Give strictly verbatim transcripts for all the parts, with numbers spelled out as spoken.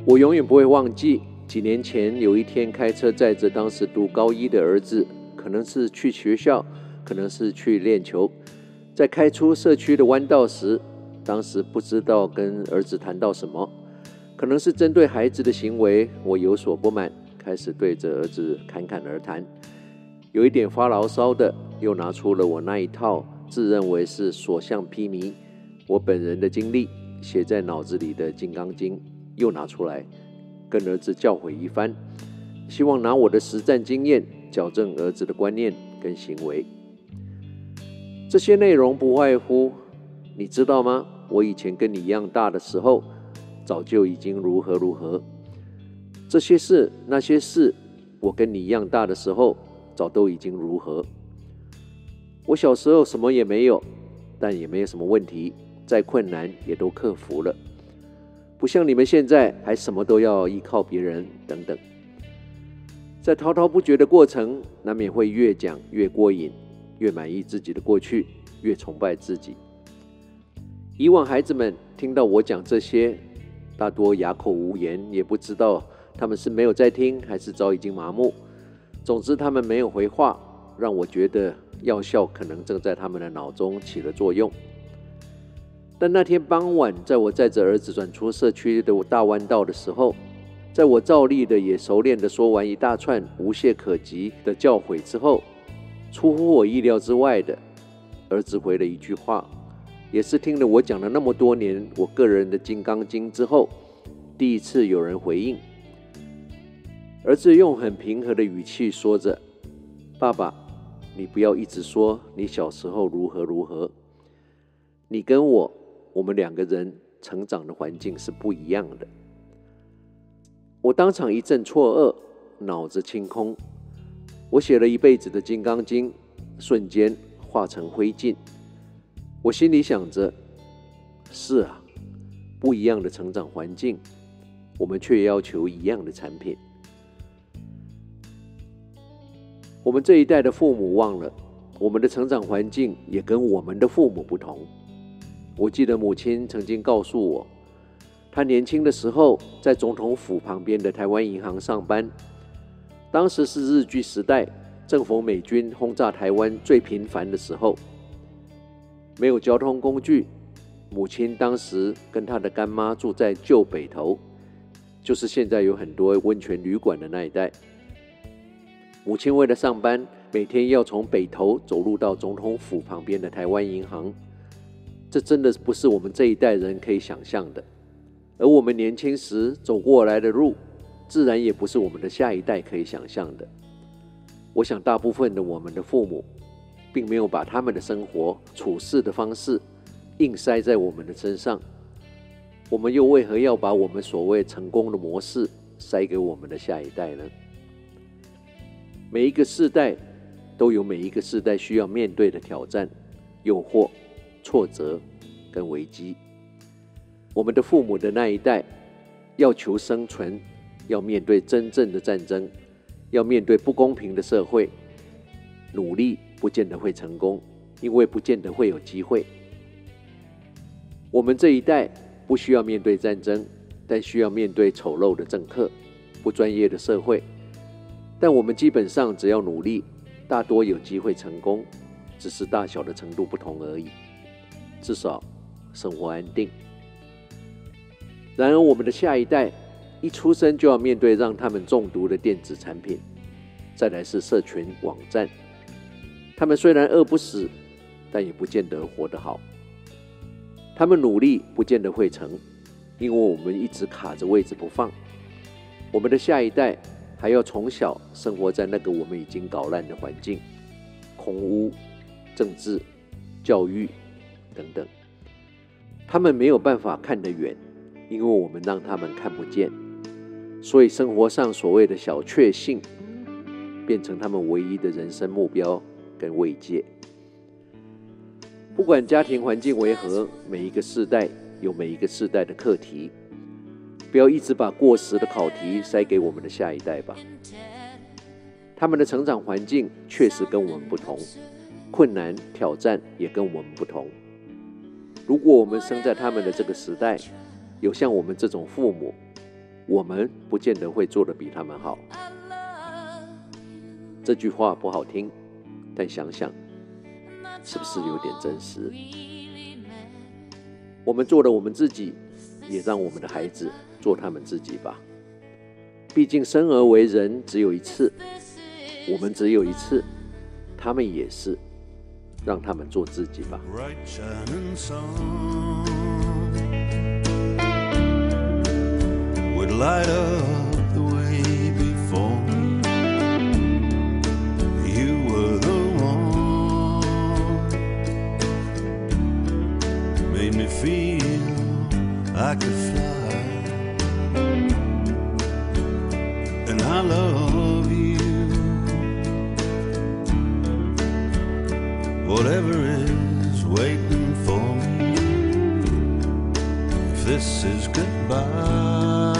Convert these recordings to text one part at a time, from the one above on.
我永远不会忘记，几年前有一天开车载着当时读高一的儿子，可能是去学校，可能是去练球，在开出社区的弯道时，当时不知道跟儿子谈到什么，可能是针对孩子的行为我有所不满，开始对着儿子侃侃而谈，有一点发牢骚的，又拿出了我那一套自认为是所向披靡，我本人的经历写在脑子里的《金刚经》又拿出来跟儿子教诲一番，希望拿我的实战经验矫正儿子的观念跟行为。这些内容不外乎，你知道吗？我以前跟你一样大的时候，早就已经如何如何。这些事那些事，我跟你一样大的时候，早都已经如何。我小时候什么也没有，但也没有什么问题，再困难也都克服了。不像你们现在还什么都要依靠别人等等。在滔滔不绝的过程，难免会越讲越过瘾，越满意自己的过去，越崇拜自己。以往孩子们听到我讲这些，大多哑口无言，也不知道他们是没有在听，还是早已经麻木。总之他们没有回话，让我觉得药效可能正在他们的脑中起了作用。但那天傍晚，在我载着儿子转出社区的大弯道的时候，在我照例的也熟练的说完一大串无懈可击的教诲之后，出乎我意料之外的，儿子回了一句话，也是听了我讲了那么多年我个人的《金刚经》之后，第一次有人回应。儿子用很平和的语气说着：爸爸，你不要一直说你小时候如何如何，你跟我我们两个人成长的环境是不一样的。我当场一阵错愕，脑子清空。我写了一辈子的《金刚经》瞬间化成灰烬。我心里想着，是啊，不一样的成长环境，我们却要求一样的产品。我们这一代的父母忘了，我们的成长环境也跟我们的父母不同。我记得母亲曾经告诉我，她年轻的时候在总统府旁边的台湾银行上班，当时是日据时代，正逢美军轰炸台湾最频繁的时候，没有交通工具，母亲当时跟她的干妈住在旧北投，就是现在有很多温泉旅馆的那一带。母亲为了上班，每天要从北投走路到总统府旁边的台湾银行，这真的不是我们这一代人可以想象的。而我们年轻时走过来的路，自然也不是我们的下一代可以想象的。我想大部分的我们的父母并没有把他们的生活处事的方式硬塞在我们的身上，我们又为何要把我们所谓成功的模式塞给我们的下一代呢？每一个世代都有每一个世代需要面对的挑战、诱惑、挫折跟危机。我们的父母的那一代要求生存，要面对真正的战争，要面对不公平的社会，努力不见得会成功，因为不见得会有机会。我们这一代不需要面对战争，但需要面对丑陋的政客、不专业的社会。但我们基本上只要努力，大多有机会成功，只是大小的程度不同而已。至少生活安定。然而我们的下一代一出生就要面对让他们中毒的电子产品，再来是社群网站。他们虽然饿不死，但也不见得活得好。他们努力不见得会成，因为我们一直卡着位置不放。我们的下一代还要从小生活在那个我们已经搞烂的环境，空污、政治、教育等等。他们没有办法看得远，因为我们让他们看不见。所以生活上所谓的小确幸，变成他们唯一的人生目标跟慰藉。不管家庭环境为何，每一个世代有每一个世代的课题，不要一直把过时的考题塞给我们的下一代吧。他们的成长环境确实跟我们不同，困难挑战也跟我们不同。如果我们生在他们的这个时代，有像我们这种父母， 我们不见得会做得比他们好。这句话不好听，但想想是不是有点真实？我们做了我们自己，也让我们的孩子做他们自己吧。毕竟生而为人只有一次，我们只有一次，他们也是，让他们做自己吧。 Light up the way before me. You were the one, made me feel I could fly, and I love you. Whatever is waiting for me, if this is goodbye,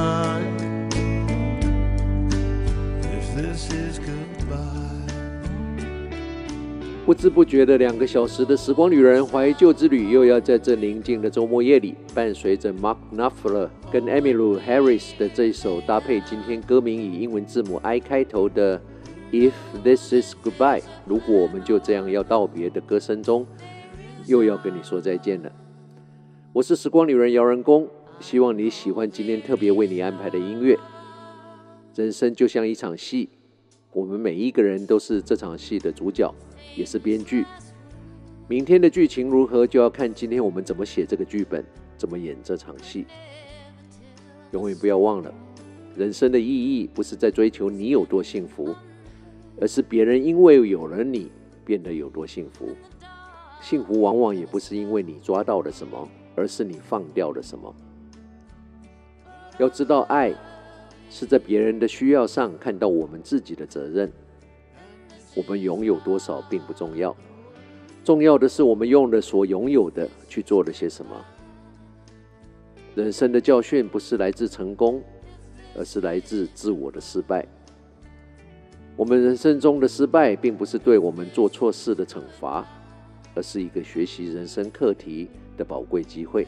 不知不觉的两个小时的时光旅人怀旧之旅，又要在这宁静的周末夜里，伴随着 Mark Knopfler 跟 Emmylou Harris 的这一首搭配今天歌名以英文字母 I 开头的 If This Is Goodbye， 如果我们就这样要道别的歌声中，又要跟你说再见了。我是时光旅人姚人工，希望你喜欢今天特别为你安排的音乐。人生就像一场戏，我们每一个人都是这场戏的主角，也是编剧。明天的剧情如何，就要看今天我们怎么写这个剧本，怎么演这场戏。永远不要忘了，人生的意义不是在追求你有多幸福，而是别人因为有了你变得有多幸福。幸福往往也不是因为你抓到了什么，而是你放掉了什么。要知道，爱是在别人的需要上看到我们自己的责任。我们拥有多少并不重要，重要的是我们用了所拥有的去做了些什么。人生的教训不是来自成功，而是来自自我的失败。我们人生中的失败并不是对我们做错事的惩罚，而是一个学习人生课题的宝贵机会。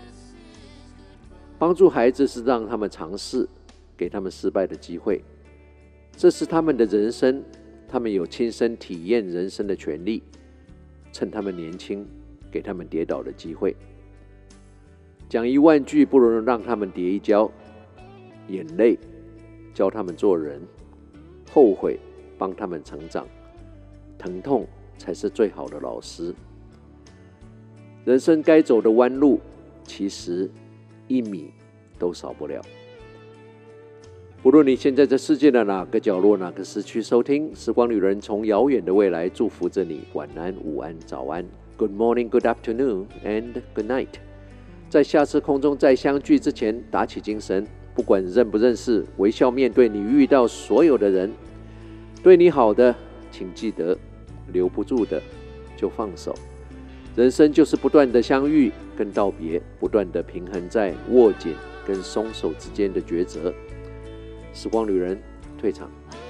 帮助孩子是让他们尝试，给他们失败的机会，这是他们的人生，他们有亲身体验人生的权利。趁他们年轻，给他们跌倒的机会。讲一万句不如让他们跌一跤，眼泪教他们做人，后悔帮他们成长，疼痛才是最好的老师。人生该走的弯路，其实一米都少不了。不论你现在在世界的哪个角落、哪个时区收听，时光旅人从遥远的未来祝福着你。晚安、午安、早安 ，Good morning, Good afternoon, and Good night。在下次空中再相聚之前，打起精神，不管认不认识，微笑面对你遇到所有的人。对你好的，请记得；留不住的，就放手。人生就是不断的相遇跟道别，不断的平衡在握紧跟松手之间的抉择。时光旅人退场。